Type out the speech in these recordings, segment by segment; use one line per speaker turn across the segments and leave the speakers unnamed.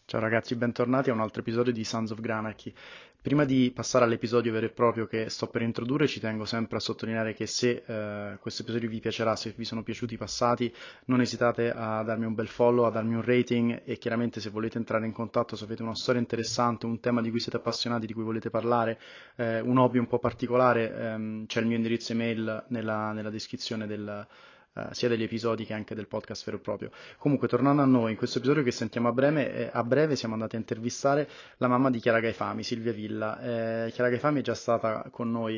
Ciao ragazzi, bentornati a un altro episodio di Sons of Granarchy. Prima di passare all'episodio vero e proprio che sto per introdurre, ci tengo sempre a sottolineare che se questo episodio vi piacerà, se vi sono piaciuti i passati, non esitate a darmi un bel follow, a darmi un rating e chiaramente se volete entrare in contatto, se avete una storia interessante, un tema di cui siete appassionati, di cui volete parlare, un hobby un po' particolare, c'è il mio indirizzo email nella descrizione sia degli episodi che anche del podcast vero e proprio. Comunque, tornando a noi, in questo episodio che sentiamo a breve siamo andati a intervistare la mamma di Chiara Gaifami, Silvia Villa. Chiara Gaifami è già stata con noi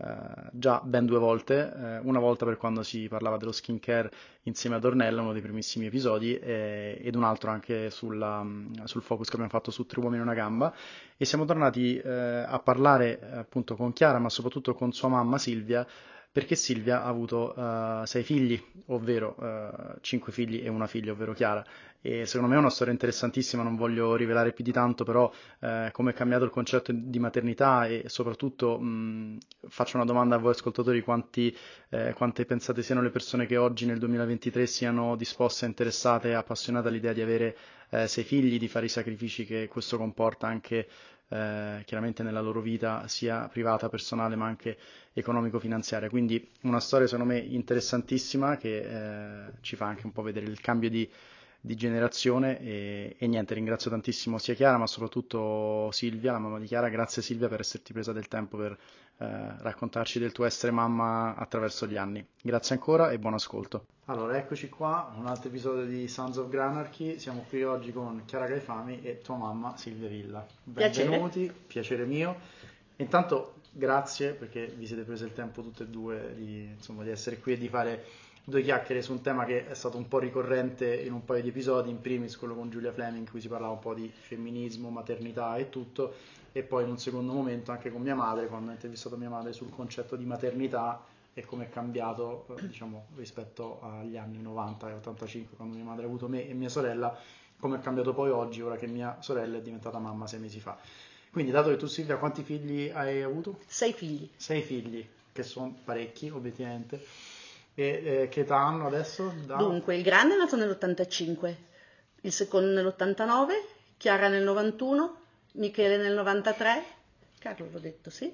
già ben due volte, una volta per quando si parlava dello skincare insieme ad Ornella, uno dei primissimi episodi, ed un altro anche sul focus che abbiamo fatto su Tre uomini e una gamba. E siamo tornati a parlare appunto con Chiara, ma soprattutto con sua mamma Silvia, perché Silvia ha avuto sei figli, ovvero cinque figli e una figlia, ovvero Chiara. E secondo me è una storia interessantissima, non voglio rivelare più di tanto, però come è cambiato il concetto di maternità e soprattutto faccio una domanda a voi ascoltatori, quante pensate siano le persone che oggi nel 2023 siano disposte, interessate, appassionate all'idea di avere sei figli, di fare i sacrifici che questo comporta anche chiaramente nella loro vita sia privata, personale, ma anche economico-finanziaria. Quindi una storia secondo me interessantissima che ci fa anche un po' vedere il cambio di generazione e niente, ringrazio tantissimo sia Chiara ma soprattutto Silvia, la mamma di Chiara. Grazie Silvia per esserti presa del tempo per raccontarci del tuo essere mamma attraverso gli anni. Grazie ancora e buon ascolto. Allora, eccoci qua, un altro episodio di Sons of Granarchy. Siamo qui oggi con Chiara Gaifami e tua mamma Silvia Villa.
Piacere.
Benvenuti, piacere mio. Intanto grazie perché vi siete presi il tempo tutte e due insomma, di essere qui e di fare due chiacchiere su un tema che è stato un po' ricorrente in un paio di episodi, in primis quello con Giulia Fleming, in cui si parlava un po' di femminismo, maternità e tutto, e poi in un secondo momento anche con mia madre, quando ho intervistato mia madre sul concetto di maternità e come è cambiato, diciamo, rispetto agli anni 90 e 85, quando mia madre ha avuto me e mia sorella, come è cambiato poi oggi, ora che mia sorella è diventata mamma 6 mesi fa. Quindi, dato che tu Silvia, quanti figli hai avuto?
6 figli.
6 figli, che sono parecchi, obiettivamente. E che età hanno adesso?
Dunque, il grande è nato nell'85, il secondo nell'89, Chiara nel 91, Michele nel 93, Carlo l'ho detto, sì,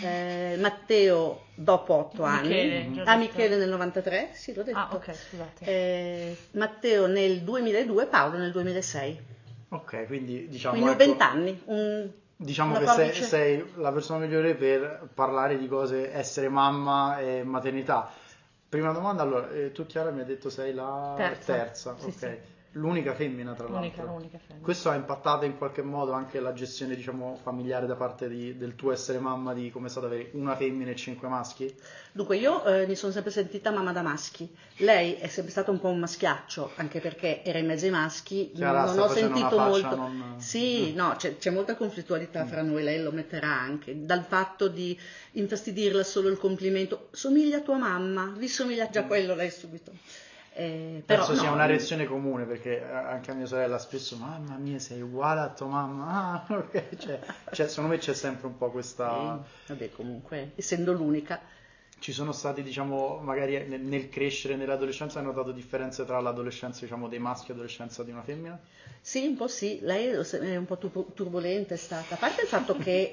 Matteo dopo 8
Michele,
anni,
già
Michele
detto.
nel 93, sì l'ho detto,
Ok, scusate.
Matteo nel 2002, Paolo nel 2006,
Ok, quindi
quindi
diciamo,
ho
ecco,
20 anni,
diciamo
una
che
forbice.
sei la persona migliore per parlare di cose essere mamma e maternità. Prima domanda, allora, tu Chiara mi hai detto sei la
Terza.
terza,
Sì, sì.
ok. L'unica femmina tra l'altro.
L'unica femmina.
Questo ha impattato in qualche modo anche la gestione, diciamo, familiare da parte del tuo essere mamma, di come è stato avere una femmina e cinque maschi?
Dunque, io mi sono sempre sentita mamma da maschi. Lei è sempre stata un po' un maschiaccio, anche perché era in mezzo ai maschi.
Chiara
Non
sta
ho
facendo una
sentito
faccia
molto.
non...
Sì, no, c'è molta conflittualità fra noi, lei lo metterà anche. Dal fatto di infastidirla solo il complimento, somiglia a tua mamma, vi somiglia già quello lei subito. Però
Penso sia
no,
una reazione comune perché anche a mia sorella spesso, mamma mia, sei uguale a tua mamma. Ah, ok, secondo me c'è sempre un po'
sì,
questa...
vabbè, comunque, essendo l'unica.
Ci sono stati, diciamo, magari nel crescere nell'adolescenza, hai notato differenze tra l'adolescenza, diciamo, dei maschi e l'adolescenza di una femmina?
Sì, un po' sì, lei è un po' turbolenta è stata, a parte il fatto che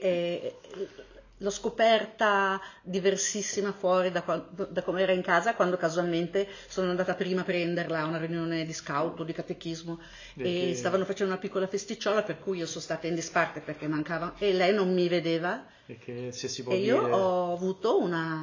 l'ho scoperta diversissima fuori da come era in casa, quando casualmente sono andata prima a prenderla a una riunione di scout o di catechismo e
Perché,
stavano facendo una piccola festicciola per cui io sono stata in disparte perché mancava e lei non mi vedeva
perché se si può
e io
dire...
ho avuto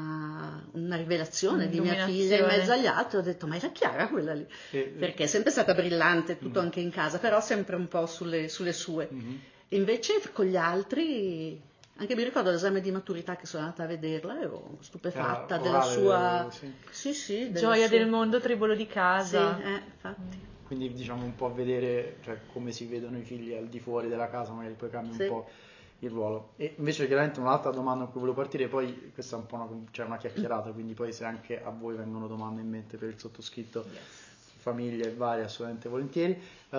una rivelazione di mia figlia in mezzo
Un'illuminazione.
agli altri, ho detto ma era Chiara quella lì,
e-
perché è sempre stata brillante, tutto
mhm,
anche in casa, però sempre un po' sulle sue.
mhm.
E invece con gli altri, anche mi ricordo l'esame di maturità che sono andata a vederla, ero
Era
stupefatta della
orale,
sua...
sì.
Sì, sì, della
Gioia
sua...
del mondo, tribolo di
Sì,
casa.
infatti.
Quindi diciamo un po' vedere, cioè, come si vedono i figli al di fuori della casa, magari poi cambia un
Sì.
po' il ruolo. E invece chiaramente un'altra domanda con cui volevo partire, poi questa è un po' una chiacchierata, quindi poi se anche a voi vengono domande in mente per il sottoscritto, famiglia e vari, assolutamente volentieri.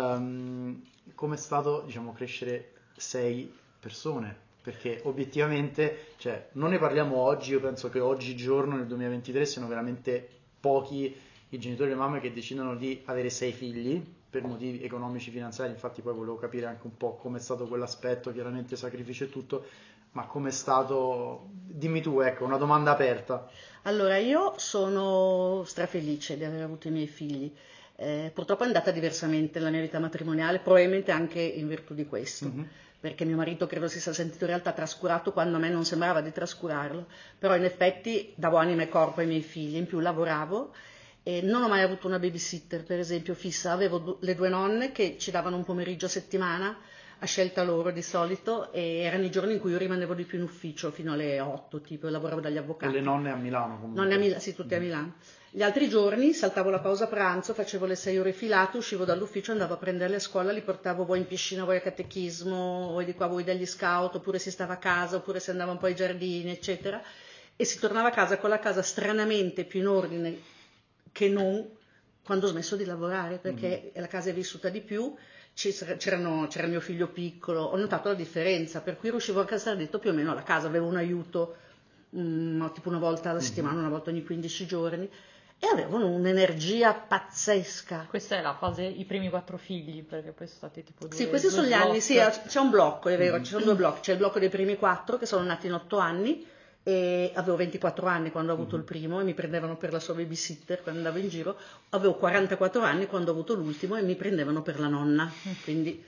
Com'è stato, diciamo, crescere 6 persone? Perché obiettivamente, cioè, non ne parliamo oggi, io penso che oggigiorno, nel 2023, siano veramente pochi i genitori e le mamme che decidono di avere 6 figli, per motivi economici, finanziari, infatti poi volevo capire anche un po' come è stato quell'aspetto, chiaramente sacrificio e tutto, ma come è stato, dimmi tu, ecco, una domanda aperta.
Allora, io sono strafelice di aver avuto i miei figli. Purtroppo è andata diversamente la mia vita matrimoniale, probabilmente anche in virtù di questo,
Mhm.
perché mio marito credo si sia sentito in realtà trascurato quando a me non sembrava di trascurarlo, però in effetti davo anima e corpo ai miei figli, in più lavoravo e non ho mai avuto una babysitter, per esempio, fissa, avevo le due nonne che ci davano un pomeriggio a settimana a scelta loro di solito e erano i giorni in cui io rimanevo di più in ufficio fino alle 8, tipo, io lavoravo dagli
E le
avvocati.
nonne a Milano
Nonne a
comunque.
Milano, sì, tutti a Milano. Gli altri giorni saltavo la pausa pranzo, facevo le 6 ore filate, uscivo dall'ufficio, andavo a prenderli a scuola, li portavo vuoi in piscina, vuoi a catechismo, vuoi di qua, vuoi dagli scout, oppure si stava a casa, oppure si andava un po' ai giardini, eccetera. E si tornava a casa con la casa stranamente più in ordine che non quando ho smesso di lavorare, perché la casa è vissuta di più, c'era il mio figlio piccolo, ho notato la differenza, per cui riuscivo anche a stare dentro più o meno alla casa, avevo un aiuto tipo una volta alla settimana, una volta ogni 15 giorni, e avevano un'energia pazzesca.
Questa è la fase, i primi 4 figli, perché poi sono stati tipo
Sì,
due,
questi
due
sono gli anni, sì,
slot.
c'è un blocco, è vero, ci sono due blocchi, c'è il blocco dei primi 4 che sono nati in 8 anni e avevo 24 anni quando ho avuto il primo e mi prendevano per la sua babysitter quando andavo in giro, avevo 44 anni quando ho avuto l'ultimo e mi prendevano per la nonna, quindi...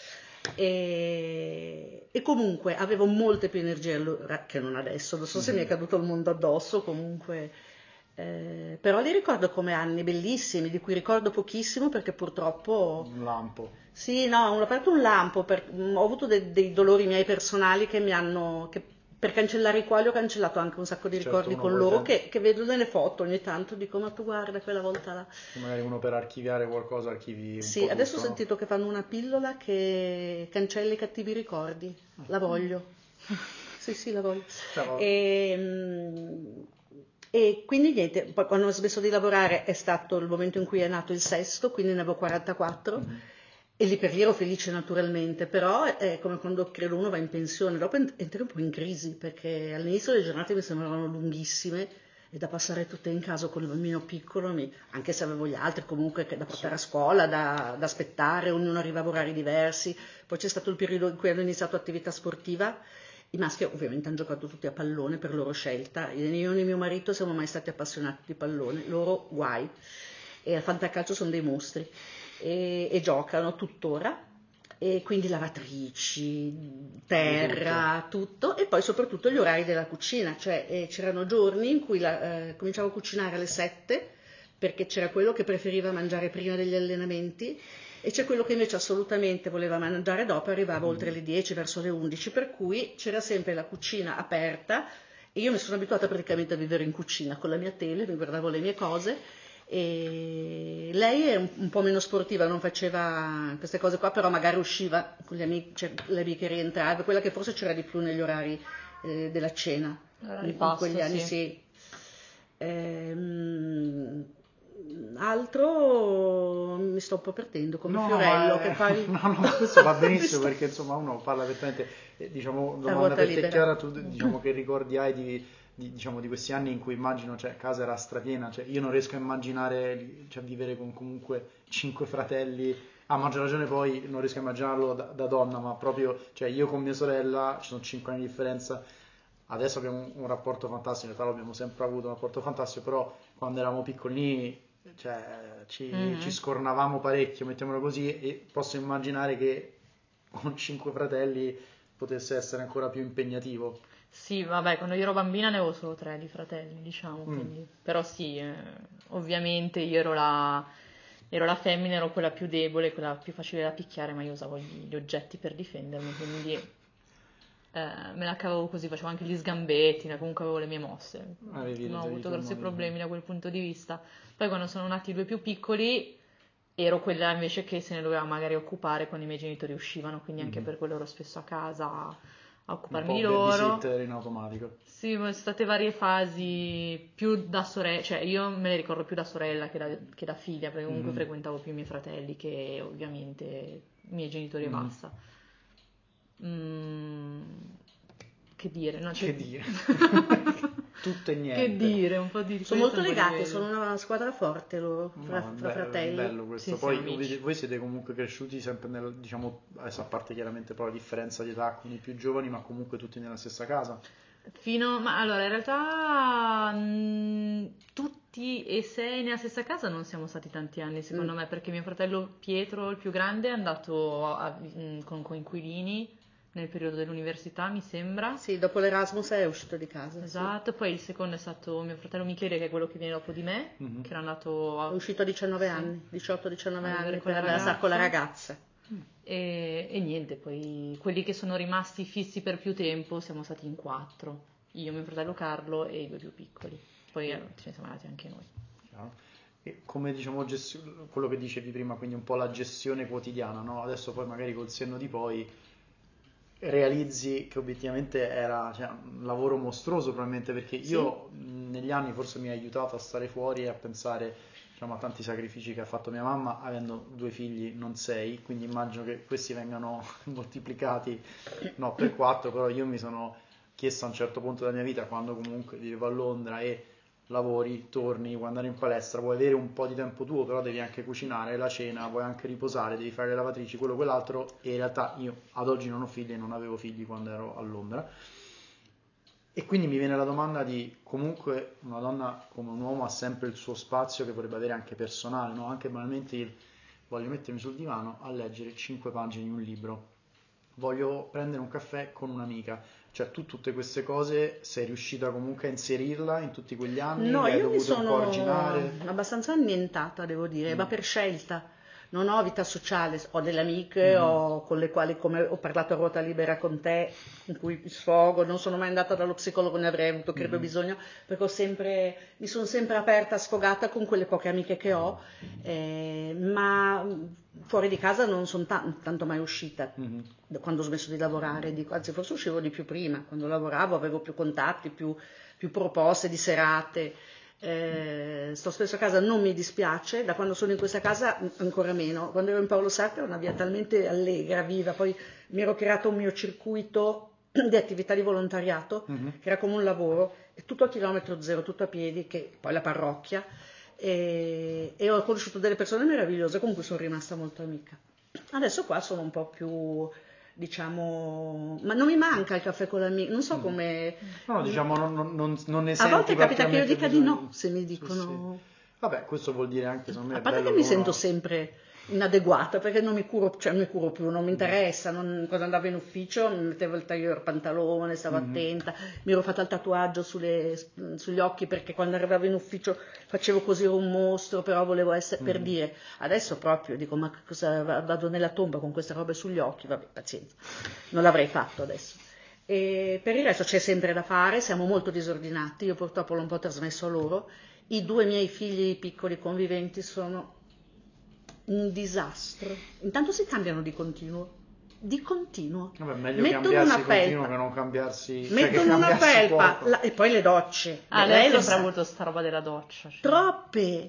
E comunque avevo molte più energie allora che non adesso, non so se mi è caduto il mondo addosso, comunque... però li ricordo come anni bellissimi, di cui ricordo pochissimo perché purtroppo...
Un lampo.
Sì, no, ho aperto un lampo, ho avuto dei dolori miei personali che mi hanno... per cancellare i quali ho cancellato anche un sacco di
Certo,
ricordi
uno
con
poi
loro che vedo nelle foto ogni tanto, dico ma tu guarda quella volta là.
magari uno per archiviare qualcosa archivi un
Sì,
po'
adesso ho
tutto, no?
sentito che fanno una pillola che cancella i cattivi ricordi, la voglio. Sì, sì, la voglio.
Cioè,
E quindi niente, poi quando ho smesso di lavorare è stato il momento in cui è nato il sesto, quindi ne avevo 44 e lì per lì ero felice naturalmente, però è come quando credo uno va in pensione, dopo entri un po' in crisi perché all'inizio le giornate mi sembravano lunghissime e da passare tutte in casa con il bambino piccolo, anche se avevo gli altri comunque da portare a scuola, da aspettare, ognuno arrivava a orari diversi, poi c'è stato il periodo in cui hanno iniziato attività sportiva. I maschi ovviamente hanno giocato tutti a pallone per loro scelta, io e mio marito siamo mai stati appassionati di pallone, loro guai, e al fantacalcio sono dei mostri e giocano tuttora, e quindi lavatrici, terra, tutto, e poi soprattutto gli orari della cucina, cioè c'erano giorni in cui cominciavo a cucinare alle 7 perché c'era quello che preferiva mangiare prima degli allenamenti e c'è quello che invece assolutamente voleva mangiare dopo, arrivava oltre le 10, verso le 11, per cui c'era sempre la cucina aperta e io mi sono abituata praticamente a vivere in cucina con la mia tele, mi guardavo le mie cose e lei è un po' meno sportiva, non faceva queste cose qua, però magari usciva con gli amici, cioè, le amiche rientrava, quella che forse c'era di più negli orari della cena, in quegli anni sì. Altro mi sto un po' perdendo come
no,
Fiorello che fa
no, questo va benissimo perché insomma uno parla direttamente, diciamo,
a
domanda
ruota
per te
libera.
Chiara, tu diciamo che ricordi hai diciamo, di questi anni in cui immagino, cioè, casa era strapiena, cioè, io non riesco a immaginare, cioè, vivere con comunque 5 fratelli, a maggior ragione poi non riesco a immaginarlo da donna, ma proprio, cioè, io con mia sorella, ci sono 5 anni di differenza, adesso abbiamo un rapporto fantastico, in realtà l'abbiamo sempre avuto un rapporto fantastico, però quando eravamo piccolini, cioè, ci scornavamo parecchio, mettiamolo così, e posso immaginare che con 5 fratelli potesse essere ancora più impegnativo.
Sì, vabbè, quando io ero bambina ne avevo solo 3 di fratelli, diciamo, quindi... Però sì, ovviamente io ero la femmina, ero quella più debole, quella più facile da picchiare, ma io usavo gli oggetti per difendermi, quindi me la cavavo così, facevo anche gli sgambetti, comunque avevo le mie mosse.
Avevi
Non ho avuto
tuoi
grossi
modi,
problemi da quel punto di vista. Poi quando sono nati i due più piccoli ero quella invece che se ne doveva magari occupare quando i miei genitori uscivano, quindi anche per quello ero spesso a casa a
un
occuparmi
po'
di loro.
babysitter in automatico.
Sì, ma sono state varie fasi più da sorella, cioè io me le ricordo più da sorella che da figlia, perché comunque frequentavo più i miei fratelli che ovviamente i miei genitori e basta. Che dire, no?
Che dire? tutto e niente.
Che dire, un po' di
Sono
questo,
molto
un po' di
legati,
quello.
sono una squadra forte loro,
No,
fra fratelli.
bello questo.
Sì,
Poi
siamo amici.
voi siete comunque cresciuti sempre diciamo, adesso a parte chiaramente poi la differenza di età con i più giovani, ma comunque tutti nella stessa casa.
Ma allora, in realtà tutti e sei nella stessa casa non siamo stati tanti anni, secondo me, perché mio fratello Pietro, il più grande, è andato con coinquilini nel periodo dell'università, mi sembra.
Sì, dopo l'Erasmus è uscito di casa. Sì.
Esatto, poi il secondo è stato mio fratello Michele, che è quello che viene dopo di me,
Mhm.
che era andato
È uscito a 19
sì,
anni, 18-19
a vivere
anni
con la
per stare con la
ragazza.
ragazza.
E niente, poi quelli che sono rimasti fissi per più tempo siamo stati in 4, io, mio fratello Carlo e i 2 più piccoli, poi ce ne siamo andati anche noi.
Chiaro. E come diciamo quello che dicevi prima, quindi un po' la gestione quotidiana, no? Adesso poi magari col senno di poi realizzi che obiettivamente era, cioè, un lavoro mostruoso probabilmente, perché io negli anni forse mi ha aiutato a stare fuori e a pensare, diciamo, a tanti sacrifici che ha fatto mia mamma avendo 2 figli, non 6, quindi immagino che questi vengano moltiplicati no per 4, però io mi sono chiesto a un certo punto della mia vita, quando comunque vivevo a Londra e lavori, torni, vuoi andare in palestra, vuoi avere un po' di tempo tuo, però devi anche cucinare la cena, vuoi anche riposare, devi fare le lavatrici, quello, quell'altro, e in realtà io ad oggi non ho figli e non avevo figli quando ero a Londra. E quindi mi viene la domanda di, comunque una donna come un uomo ha sempre il suo spazio che vorrebbe avere anche personale, no? Anche banalmente voglio mettermi sul divano a leggere 5 pagine di un libro, voglio prendere un caffè con un'amica, cioè tu tutte queste cose sei riuscita comunque a inserirla in tutti quegli anni,
No,
le hai
io mi
dovute un po'
sono
arginare?
abbastanza annientata, devo dire, ma per scelta. Non ho vita sociale, ho delle amiche con le quali come ho parlato a ruota libera con te, con cui mi sfogo, non sono mai andata dallo psicologo, ne avrei avuto credo bisogno, perché mi sono sempre aperta, sfogata con quelle poche amiche che ho, ma fuori di casa non sono tanto mai uscita. Da quando ho smesso di lavorare, anzi forse uscivo di più prima, quando lavoravo avevo più contatti, più proposte di serate. Sto spesso a casa, non mi dispiace, da quando sono in questa casa ancora meno. Quando ero in Paolo Sartre era una via talmente allegra, viva, poi mi ero creato un mio circuito di attività di volontariato che era come un lavoro, e tutto a chilometro zero, tutto a piedi, che poi la parrocchia, e ho conosciuto delle persone meravigliose con cui sono rimasta molto amica. Adesso qua sono un po' più, diciamo, ma non mi manca il caffè con l'amico, non so come.
No, diciamo non ne
A
senti
volte capita che io
particolarmente
dica di
bisogno.
no se mi
Sì,
dicono.
sì. Vabbè, questo vuol dire anche, secondo me,
A
è
parte
bello
che
che
mi sento
uno...
sempre inadeguata perché non mi curo, cioè non mi curo più, non mi interessa. Quando andavo in ufficio mi mettevo il tailleur pantalone, stavo attenta, mi ero fatta il tatuaggio sugli occhi perché quando arrivavo in ufficio facevo così, ero un mostro, però volevo essere, per dire. Adesso proprio dico, ma cosa vado nella tomba con queste robe sugli occhi? Vabbè, pazienza, non l'avrei fatto adesso. E per il resto c'è sempre da fare, siamo molto disordinati, io purtroppo l'ho un po' trasmesso a loro. I 2 miei figli piccoli conviventi sono un disastro. Intanto si cambiano di continuo. Di continuo.
Vabbè, meglio
Mettono
cambiarsi
una
continuo
felpa.
che non cambiarsi, cioè che
Mettono una
cambiarsi
felpa
poco.
e poi le docce.
Lei ha
lo
sempre
sa.
avuto sta roba della doccia. Cioè.
Troppe.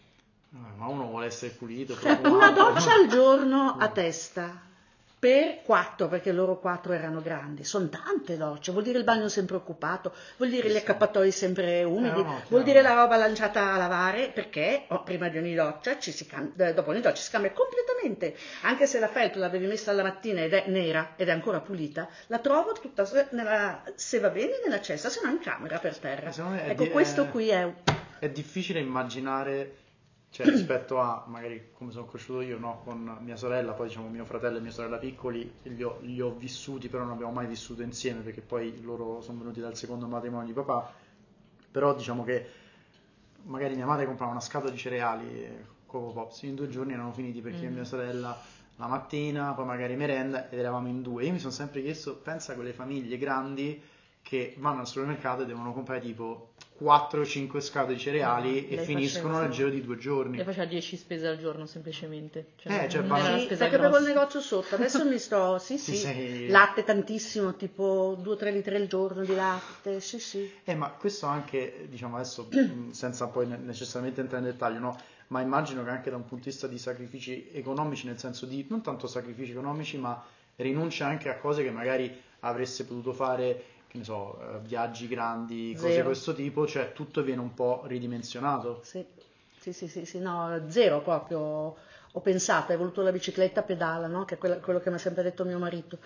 Ma uno vuole essere pulito,
Una
profumato.
doccia al giorno a testa. Per 4, perché loro 4 erano grandi. Sono tante docce. Vuol dire il bagno sempre occupato, vuol dire gli accappatoi sempre umidi,
no,
vuol
chiaro.
dire la roba lanciata a lavare, perché prima di ogni doccia dopo ogni doccia si cambia completamente. Anche se la felpa l'avevi messa alla mattina ed è nera ed è ancora pulita, la trovo tutta se va bene nella cesta, se no in camera per terra.
Secondo me
Ecco, questo qui
è difficile immaginare, cioè rispetto a magari come sono cresciuto io, no? Con mia sorella, poi diciamo mio fratello e mia sorella piccoli, li ho vissuti, però non abbiamo mai vissuto insieme perché poi loro sono venuti dal secondo matrimonio di papà, però diciamo che magari mia madre comprava una scatola di cereali, Coco Pops, in 2 giorni erano finiti perché io e mia sorella la mattina, poi magari merenda ed eravamo in 2. Io mi sono sempre chiesto, pensa a quelle famiglie grandi che vanno al supermercato e devono comprare tipo 4-5 scatole di cereali e
lei
finiscono
faceva-
nel giro di 2 giorni.
Lei faceva 10 spese al giorno semplicemente. Cioè,
Cioè,
non era una
sì,
spesa
perché avevo il
grossa.
negozio sotto, adesso mi sto, sì,
sei-
latte tantissimo, tipo 2-3 litri al giorno di latte, sì.
Ma questo anche, diciamo adesso, senza poi necessariamente entrare nel dettaglio, no? Ma immagino che anche da un punto di vista di sacrifici economici, nel senso di non tanto sacrifici economici, ma rinuncia anche a cose che magari avreste potuto fare, che che ne so, viaggi grandi, cose di
Zero.
questo tipo, cioè tutto viene un po' ridimensionato.
Sì, sì, no, zero proprio. Ho pensato, hai voluto la bicicletta pedala, no? Che è quello che mi ha sempre detto mio marito.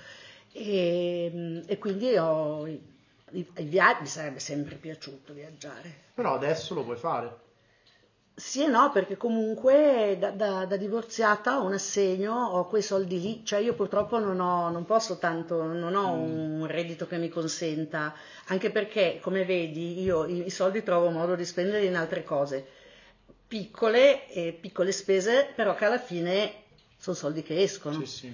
E quindi i viaggi, mi sarebbe sempre piaciuto viaggiare.
Però adesso lo puoi fare.
Sì e no, perché comunque da divorziata ho un assegno, ho quei soldi lì, cioè io purtroppo non posso tanto, non ho un reddito che mi consenta, anche perché, come vedi, io i soldi trovo modo di spenderli in altre cose, piccole spese, però che alla fine sono soldi che escono.
Sì, sì.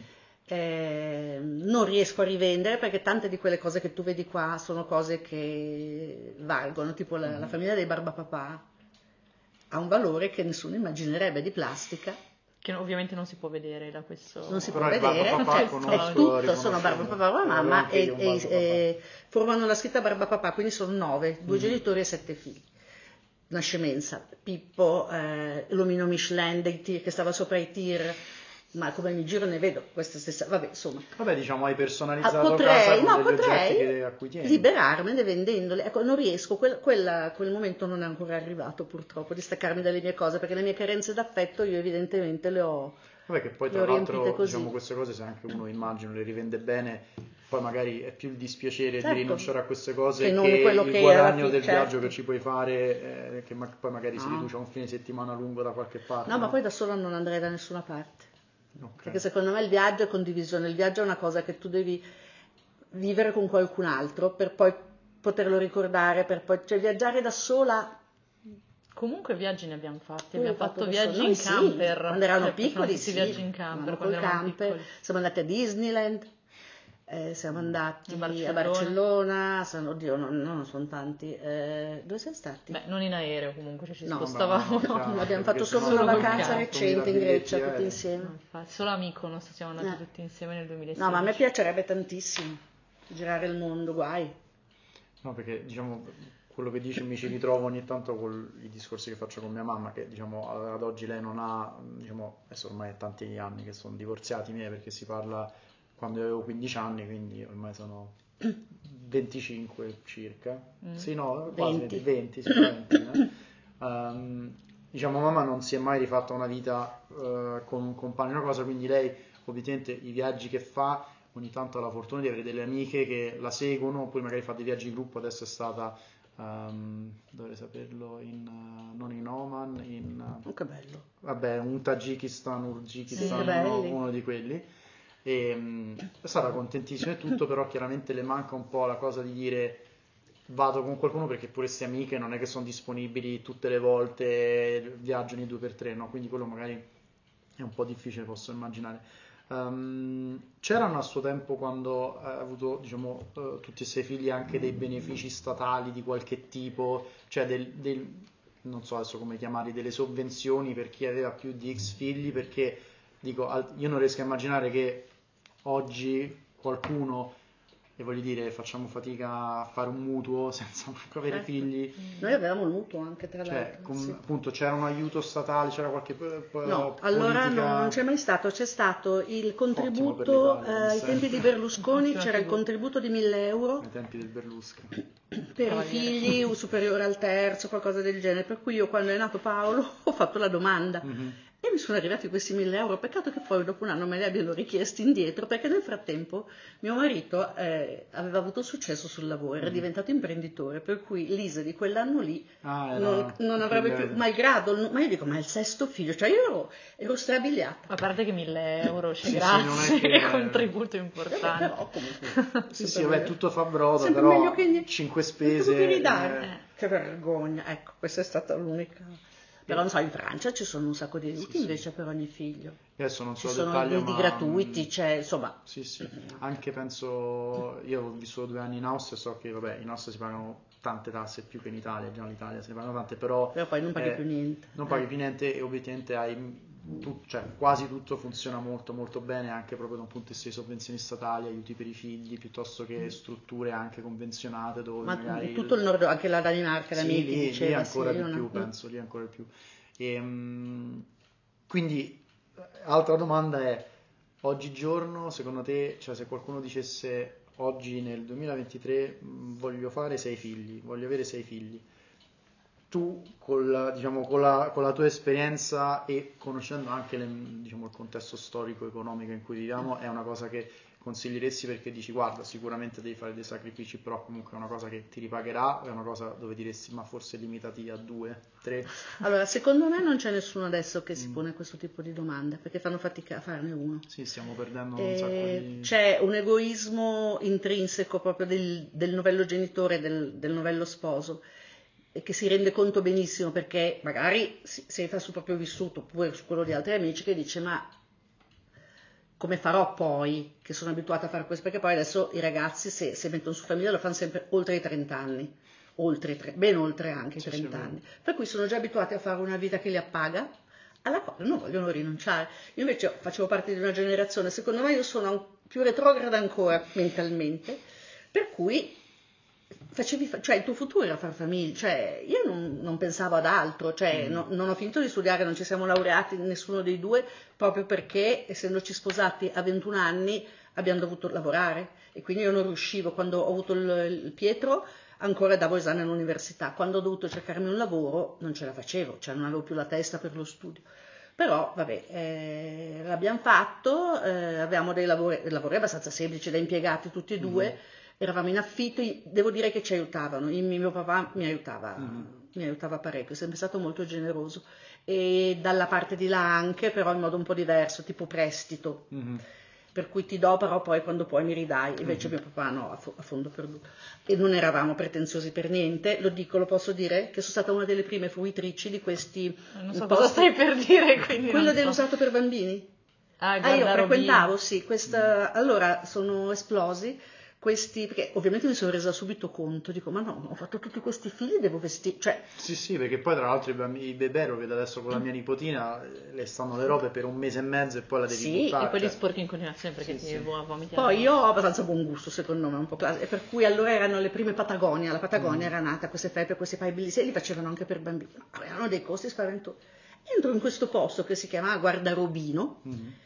Non riesco a rivendere perché tante di quelle cose che tu vedi qua sono cose che valgono, tipo la famiglia dei Barbapapà ha un valore che nessuno immaginerebbe, di plastica,
Che ovviamente non si può vedere da questo...
non si può
Però il
vedere,
Barbapapà
cioè,
conosco,
è tutto,
riconosco,
sono Barbapapà e
avevo
mamma
anche io un Barbapapà.
e formano la scritta Barbapapà, quindi sono 9, 2 genitori e 7 figli. Una scemenza, Pippo, l'omino Michelin dei tir che stava sopra i tir, ma come mi giro ne vedo questa stessa, vabbè insomma.
Vabbè, diciamo, hai personalizzato casa con degli oggetti a cui tieni.
Liberarmene vendendoli. Ecco, non riesco, quel momento non è ancora arrivato purtroppo, di staccarmi dalle mie cose, perché le mie carenze d'affetto io evidentemente le ho
Vabbè, che poi
le
tra
ho riempite
l'altro,
così.
diciamo, queste cose, se anche uno immagino le rivende bene, poi magari è più il dispiacere
Certo.
di rinunciare a queste cose
Che non
che
quello
il
che
guadagno
alla
del
fine,
viaggio
certo.
che ci puoi fare, che poi magari si
No.
riduce a un fine settimana lungo da qualche parte.
No, ma poi da sola non andrei da nessuna parte.
Ok.
Perché secondo me il viaggio è condivisione, il viaggio è una cosa che tu devi vivere con qualcun altro per poi poterlo ricordare, cioè viaggiare da sola.
Comunque viaggi ne abbiamo fatti,
Io
abbiamo
ho fatto
fatto
da sola.
viaggi
Noi
in
sì,
camper.
quando erano
Cioè, facevamo
piccoli
tutti
sì,
viaggi in
andavamo
camper
col
quando eravamo
camper,
piccoli.
siamo andati a Disneyland, siamo andati
A
a
Barcellona.
Barcellona, oddio, non sono tanti. Dove siamo stati?
Beh, non in aereo comunque, cioè ci
No,
spostavamo.
no, chiaro,
abbiamo
perché
fatto solo
sennò
una
solo col
vacanza
camper.
recente in
8.000
Grecia,
biglietti
tutti
aerei.
insieme.
No, infatti, solo a Mykonos siamo andati
Eh.
tutti insieme nel 2016.
No, ma a me piacerebbe tantissimo girare il mondo, guai.
No, perché diciamo quello che dici mi ci ritrovo ogni tanto con i discorsi che faccio con mia mamma, che diciamo ad oggi lei non ha, diciamo, adesso ormai è tanti anni che sono divorziati i miei, perché si parla quando io avevo 15 anni, quindi ormai sono 25 circa. Sì, no, quasi
20.
20, sì, una ventina. Diciamo, mamma non si è mai rifatta una vita con un compagno, una cosa, quindi lei ovviamente i viaggi che fa ogni tanto ha la fortuna di avere delle amiche che la seguono, poi magari fa dei viaggi in gruppo, adesso è stata, dovrei saperlo, non in Oman,
Oh, che bello.
vabbè, un Tagikistan, Urgikistan,
Sì, che belli.
uno di quelli, e è stata contentissima e tutto, però chiaramente le manca un po' la cosa di dire vado con qualcuno, perché pure queste amiche non è che sono disponibili tutte le volte, viaggiano i 2x3, no? Quindi quello magari è un po' difficile, posso immaginare. C'erano a suo tempo, quando ha avuto, diciamo, tutti e sei figli, anche dei benefici statali di qualche tipo, cioè non so adesso come chiamarli, delle sovvenzioni per chi aveva più di X figli, perché dico, io non riesco a immaginare che oggi qualcuno, e voglio dire, facciamo fatica a fare un mutuo senza manco avere
Certo.
figli.
Noi avevamo il mutuo anche, tra
Cioè,
l'altro. Sì.
appunto, c'era un aiuto statale, c'era qualche
No, allora
politica.
non c'è mai stato, c'è stato il
Ottimo per
contributo,
l'Italia, come
ai tempi di
sempre.
Berlusconi
Ottima
c'era il
figura.
contributo di 1.000 euro
Ai tempi del Berlusconi.
per i
Cavaliere.
figli superiore al terzo, qualcosa del genere, per cui io quando è nato Paolo ho fatto la domanda e mi sono arrivati questi 1.000 euro, peccato che poi dopo un anno me li abbiano richiesti indietro, perché nel frattempo mio marito aveva avuto successo sul lavoro, era diventato imprenditore, per cui l'ISE di quell'anno lì non avrebbe più, malgrado, ma io dico, ma è il sesto figlio, cioè io ero strabiliata.
A parte che 1.000 euro, cioè
Sì, non è
grazie,
che-
contributo importante.
Però comunque
Sì, vabbè, tutto fa brodo,
sempre
però
meglio che
5
non
spese.
potuti ridare. Che vergogna, ecco, questa è stata l'unica. Però non so, in Francia ci sono un sacco di aiuti
Sì, sì.
invece per ogni figlio.
Adesso non
Ci
so il
sono
dettaglio,
i
ma
gratuiti, c'è, insomma,
sì. Anche penso, io ho vissuto 2 anni in Austria, so che vabbè, in Austria si pagano tante tasse più che in Italia, già in Italia se ne pagano tante, però
però poi non paghi più niente.
non paghi più niente, e ovviamente cioè, quasi tutto funziona molto molto bene, anche proprio da un punto di vista di sovvenzioni statali, aiuti per i figli, piuttosto che strutture anche convenzionate dove
Ma
magari
tutto il nord, anche la Danimarca, la
sì,
Miki
lì
diceva,
ancora
sì,
di
io
più,
no.
penso, lì ancora di più. Quindi, altra domanda è, oggigiorno, secondo te, cioè se qualcuno dicesse oggi nel 2023 voglio fare 6 figli, voglio avere 6 figli, tu diciamo, con la tua esperienza e conoscendo anche diciamo, il contesto storico-economico in cui viviamo, è una cosa che consiglieresti perché dici guarda, sicuramente devi fare dei sacrifici, però comunque è una cosa che ti ripagherà, è una cosa dove diresti ma forse limitati a 2, 3?
Allora, secondo me non c'è nessuno adesso che si pone questo tipo di domande, perché fanno fatica a farne uno.
Sì, stiamo perdendo un sacco di...
C'è un egoismo intrinseco proprio del novello genitore, del novello sposo, e che si rende conto benissimo perché magari si fa sul proprio vissuto oppure su quello di altri amici, che dice ma come farò poi che sono abituata a fare questo? Perché poi adesso i ragazzi se mettono su famiglia lo fanno sempre oltre i 30 anni, ben oltre anche i 30 anni, per cui sono già abituati a fare una vita che li appaga, alla quale non vogliono rinunciare. Io invece facevo parte di una generazione, secondo me io sono più retrograda ancora mentalmente, per cui cioè il tuo futuro era far famiglia, cioè io non pensavo ad altro, cioè non ho finito di studiare, non ci siamo laureati nessuno dei due, proprio perché essendoci sposati a 21 anni abbiamo dovuto lavorare e quindi io non riuscivo, quando ho avuto il Pietro ancora davo esame all'università, quando ho dovuto cercarmi un lavoro non ce la facevo, cioè non avevo più la testa per lo studio. Però vabbè, l'abbiamo fatto, avevamo dei lavori abbastanza semplici da impiegati tutti e due, eravamo in affitto, devo dire che ci aiutavano, mio papà mi aiutava parecchio, è sempre stato molto generoso e dalla parte di là anche, però in modo un po' diverso, tipo prestito, per cui ti do però poi quando puoi mi ridai, invece mio papà no, a fondo perduto. E non eravamo pretenziosi per niente, lo posso dire, che sono stata una delle prime fruitrici di questi
non so cosa stai per dire, quindi
quello
non so.
dell'usato per bambini. Io frequentavo, sì, allora sono esplosi questi, perché ovviamente mi sono resa subito conto, dico ma no, ho fatto tutti questi figli, devo vestire, cioè...
Sì, perché poi tra l'altro i bebè, lo vedo adesso con la mia nipotina, le stanno le robe per un mese e mezzo e poi la devi buttare.
E poi li sporchi in continuazione perché ti vomiti.
Poi io ho abbastanza buon gusto, secondo me, un po' classico, e per cui allora erano le prime Patagonia, la Patagonia era nata, queste felpe, questi paio bellissimi, e li facevano anche per bambini, ma avevano dei costi spaventosi. Entro in questo posto che si chiama Guardarobino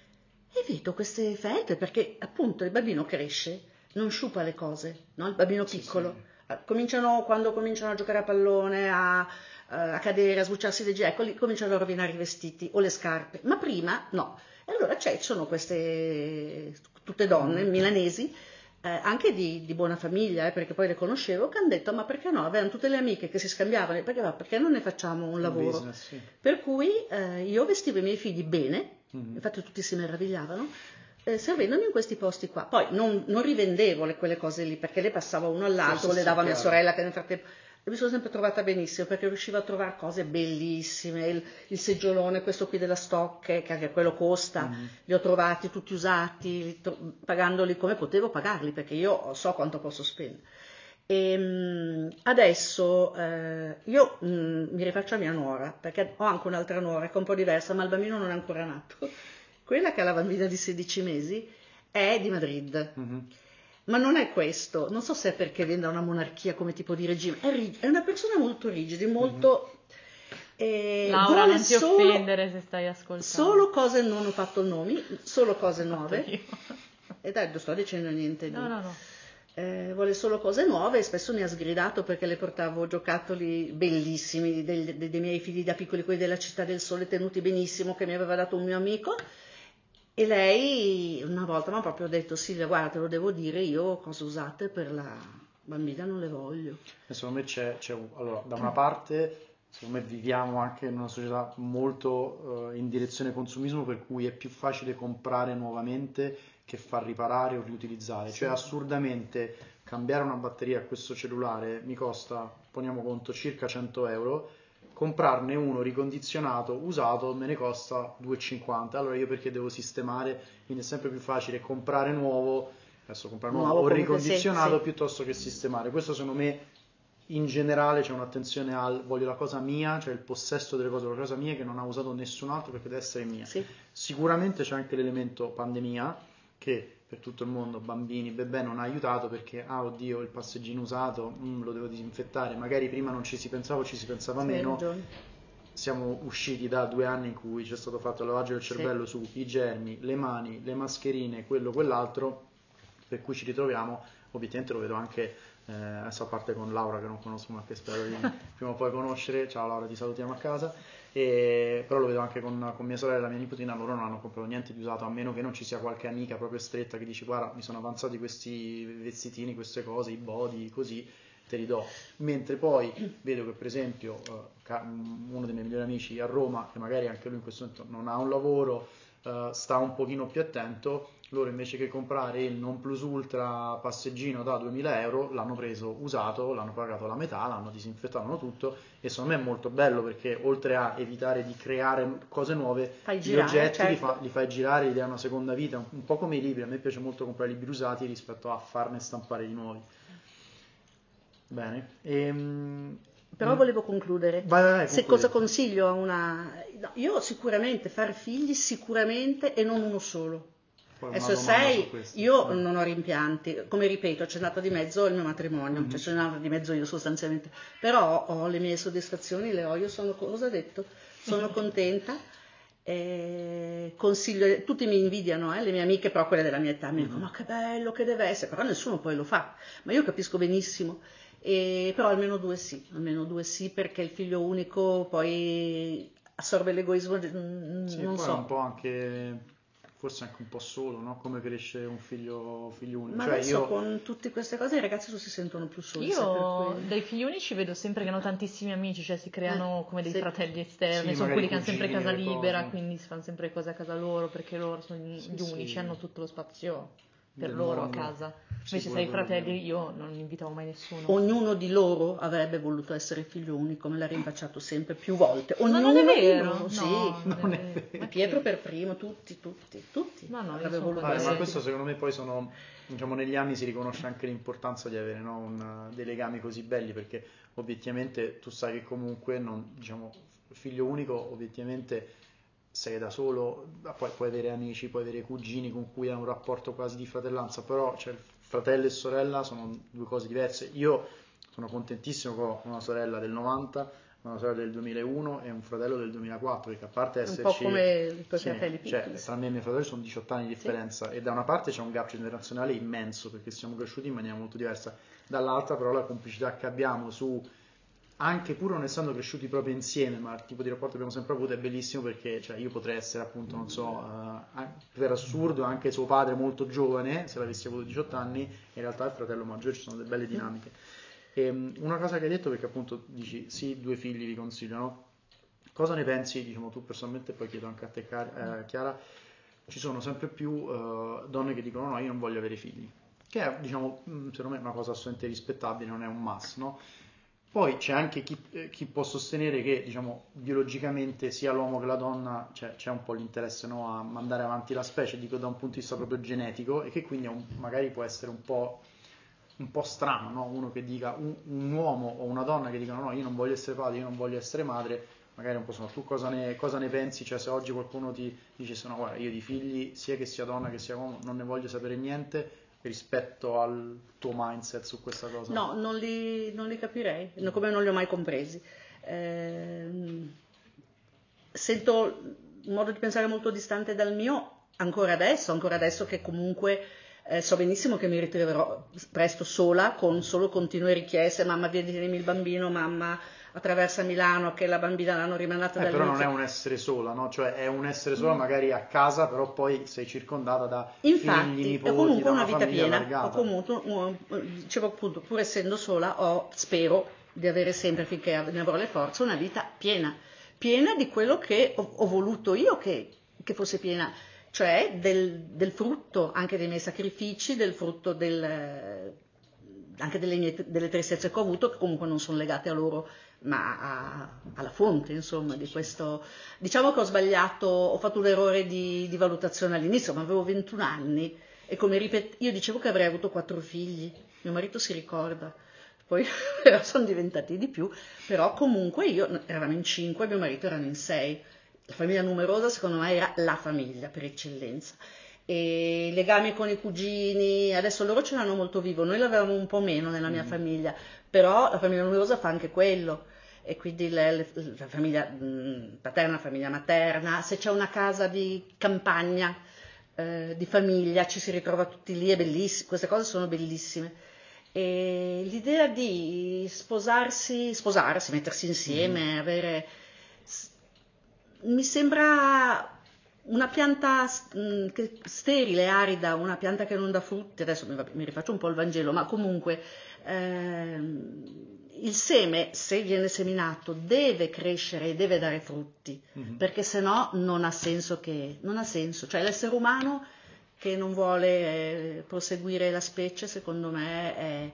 e vedo queste felpe, perché appunto il bambino cresce, non sciupa le cose, no? Il bambino piccolo. Quando cominciano a giocare a pallone, a cadere, a sbucciarsi le ginocchia, ecco lì cominciano a rovinare i vestiti o le scarpe, ma prima no. E allora ci sono queste, tutte donne milanesi, anche di buona famiglia, perché poi le conoscevo, che hanno detto ma perché no, avevano tutte le amiche che si scambiavano, perché non ne facciamo un lavoro?
Business, sì.
Per cui io vestivo i miei figli bene, infatti tutti si meravigliavano, servendomi in questi posti qua. Poi non rivendevo quelle cose lì, perché le passavo uno all'altro, le davo a mia sorella che nel frattempo... E mi sono sempre trovata benissimo, perché riuscivo a trovare cose bellissime, il seggiolone, questo qui della Stocche, che anche quello costa, li ho trovati tutti usati, pagandoli come potevo pagarli, perché io so quanto posso spendere. E adesso io mi rifaccio a mia nuora, perché ho anche un'altra nuora che è un po' diversa, ma il bambino non è ancora nato. Quella che ha la bambina di 16 mesi è di Madrid, ma non è questo, non so se è perché viene da una monarchia come tipo di regime, è una persona molto rigida, molto...
Laura, non ti offendere se stai ascoltando.
Solo cose, non ho fatto nomi, solo cose nuove. E dai, non sto dicendo niente di...
No.
Vuole solo cose nuove e spesso mi ha sgridato perché le portavo giocattoli bellissimi dei miei figli da piccoli, quelli della Città del Sole, tenuti benissimo, che mi aveva dato un mio amico. E lei una volta mi ha proprio detto Silvia, guarda, te lo devo dire, io cose usate per la bambina non le voglio.
E secondo me allora, da una parte, secondo me viviamo anche in una società molto in direzione consumismo, per cui è più facile comprare nuovamente che far riparare o riutilizzare. Cioè assurdamente cambiare una batteria a questo cellulare mi costa, poniamo conto, circa 100 euro. Comprarne uno ricondizionato usato me ne costa 2,50. Allora io perché devo sistemare? Quindi è sempre più facile comprare nuovo o ricondizionato piuttosto che sistemare. Questo secondo me in generale c'è un'attenzione al voglio la cosa mia, cioè il possesso delle cose, la cosa mia che non ha usato nessun altro perché deve essere mia. Sicuramente c'è anche l'elemento pandemia che per tutto il mondo, bambini, bebè, non ha aiutato perché, oddio, il passeggino usato, lo devo disinfettare, magari prima non ci si pensava o ci si pensava meno. siamo usciti da 2 anni in cui c'è stato fatto il lavaggio del
Sì.
cervello su i germi, le mani, le mascherine, quello, quell'altro, per cui ci ritroviamo, obiettivamente lo vedo anche adesso a parte con Laura che non conosco ma che spero di prima o poi conoscere, ciao Laura, ti salutiamo a casa, però lo vedo anche con mia sorella e la mia nipotina, loro non hanno comprato niente di usato, a meno che non ci sia qualche amica proprio stretta che dice guarda mi sono avanzati questi vestitini, queste cose, i body, così te li do, mentre poi vedo che per esempio uno dei miei migliori amici a Roma, che magari anche lui in questo momento non ha un lavoro, sta un pochino più attento, loro invece che comprare il non plus ultra passeggino da 2000 euro l'hanno preso usato, l'hanno pagato la metà, l'hanno disinfettato tutto, e secondo me è molto bello perché oltre a evitare di creare cose nuove,
Fai
gli
girare,
oggetti
certo.
li fai girare, gli dai una seconda vita, un po' come i libri, a me piace molto comprare libri usati rispetto a farne stampare di nuovi. Bene,
Però volevo concludere.
vai,
Se
concludi.
cosa consiglio a una... no, io sicuramente fare figli, sicuramente, e non uno solo.
Poi una
Adesso
domanda su
sei,
questo.
io non ho rimpianti, come ripeto, c'è nato di mezzo il mio matrimonio,
Mhm.
cioè c'è nato di mezzo io sostanzialmente, però ho le mie soddisfazioni, le ho, io sono, cosa ho detto? Sono contenta, consiglio, tutti mi invidiano, le mie amiche, però quelle della mia età, mi dicono ma che bello che deve essere, però nessuno poi lo fa, ma io capisco benissimo. Però almeno due sì, perché il figlio unico poi assorbe l'egoismo,
Sì,
non
poi è un
so.
po' anche, forse anche un po' solo, no? Come cresce un figlio unico.
Ma
Cioè
adesso
io,
con tutte queste cose i ragazzi non si sentono più soli, sai, per
Io
quello.
dai figli unici vedo sempre che hanno tantissimi amici, cioè si creano come dei
Sì.
fratelli esterni,
sì,
sono
magari
quelli che hanno sempre
cugini,
casa
le
libera,
cose.
quindi si fanno sempre cose a casa loro perché loro sono
Sì,
gli unici,
sì,
hanno tutto lo spazio per
del
loro a
mondo.
casa.
Sì,
Invece
pure
sei
quello è vero.
fratelli, io non invitavo mai nessuno.
Ognuno di loro avrebbe voluto essere figlio unico, me l'ha rinfacciato sempre più volte.
Ma non è
Ognuno di
vero,
loro, sì.
no, non
Non
è
è
vero.
vero.
Ma
Pietro
che?
per primo, tutti
No, no, io
avrebbe
sono
voluto
Ma
essere
contenta.
questo
figlio.
secondo me poi sono, diciamo, negli anni si riconosce anche l'importanza di avere, no, dei legami così belli, perché obiettivamente tu sai che comunque, non, diciamo, figlio unico, obiettivamente sei da solo, poi puoi avere amici, puoi avere cugini con cui hai un rapporto quasi di fratellanza, però cioè, fratello e sorella sono due cose diverse. Io sono contentissimo che ho una sorella del 90, una sorella del 2001 e un fratello del 2004, perché a parte
Un po'
esserci,
come i tuoi
sì,
fratelli
cioè,
piccoli.
tra me e mio fratello sono 18 anni di differenza, e da una parte c'è un gap generazionale immenso perché siamo cresciuti in maniera molto diversa, dall'altra però la complicità che abbiamo su, anche pur non essendo cresciuti proprio insieme, ma il tipo di rapporto che abbiamo sempre avuto è bellissimo, perché cioè, io potrei essere appunto, non so, per assurdo anche suo padre molto giovane, se l'avessi avuto 18 anni, in realtà il fratello maggiore, ci sono delle belle dinamiche. Una cosa che hai detto, perché appunto dici sì, 2 figli vi consigliano, cosa ne pensi, diciamo tu personalmente, poi chiedo anche a te Chiara, ci sono sempre più donne che dicono no, io non voglio avere figli, che è, diciamo, secondo me una cosa assolutamente rispettabile, non è un must, no? Poi c'è anche chi può sostenere che, diciamo, biologicamente sia l'uomo che la donna c'è un po' l'interesse, no, a mandare avanti la specie, dico da un punto di vista proprio genetico, e che quindi magari può essere un po' strano, no? Uno che dica, un uomo o una donna che dicono no, io non voglio essere padre, io non voglio essere madre, magari un po' sono. Tu cosa ne pensi? Cioè, se oggi qualcuno ti dicesse no, guarda, io di figli, sia che sia donna che sia uomo, non ne voglio sapere niente, rispetto al tuo mindset su questa cosa?
No, non li capirei, come non li ho mai compresi. Sento un modo di pensare molto distante dal mio ancora adesso che comunque so benissimo che mi ritroverò presto sola, con solo continue richieste, mamma vieni il bambino, mamma attraversa Milano, che la bambina l'hanno rimandata
Però non è
dall'inizio.
un essere sola, no? Cioè è un essere sola magari a casa, però poi sei circondata da figli,
Infatti, è
nipoti,
comunque
da
una
una
vita
famiglia
piena. Ho
allargata.
comunque, dicevo appunto, pur essendo sola, spero di avere sempre, finché ne avrò le forze, una vita piena. Piena di quello che ho voluto io che fosse piena, cioè del frutto anche dei miei sacrifici, del frutto anche delle tristezze che ho avuto, che comunque non sono legate a loro, ma alla fonte, insomma, di questo. Diciamo che ho sbagliato, ho fatto un errore di valutazione all'inizio, ma avevo 21 anni e come io dicevo che avrei avuto 4 figli, mio marito si ricorda, poi però sono diventati di più, però comunque eravamo in 5, mio marito erano in 6. La famiglia numerosa secondo me era la famiglia per eccellenza. E i legami con i cugini, adesso loro ce l'hanno molto vivo, noi l'avevamo un po' meno nella mia famiglia, però la famiglia numerosa fa anche quello. e quindi la famiglia paterna, famiglia materna, se c'è una casa di campagna, di famiglia, ci si ritrova tutti lì, è bellissimo, queste cose sono bellissime. E l'idea di sposarsi, mettersi insieme, mi sembra una pianta sterile, arida, una pianta che non dà frutti. Adesso mi rifaccio un po' il Vangelo, ma comunque il seme, se viene seminato, deve crescere e deve dare frutti, perché se no non ha senso. Cioè l'essere umano che non vuole proseguire la specie, secondo me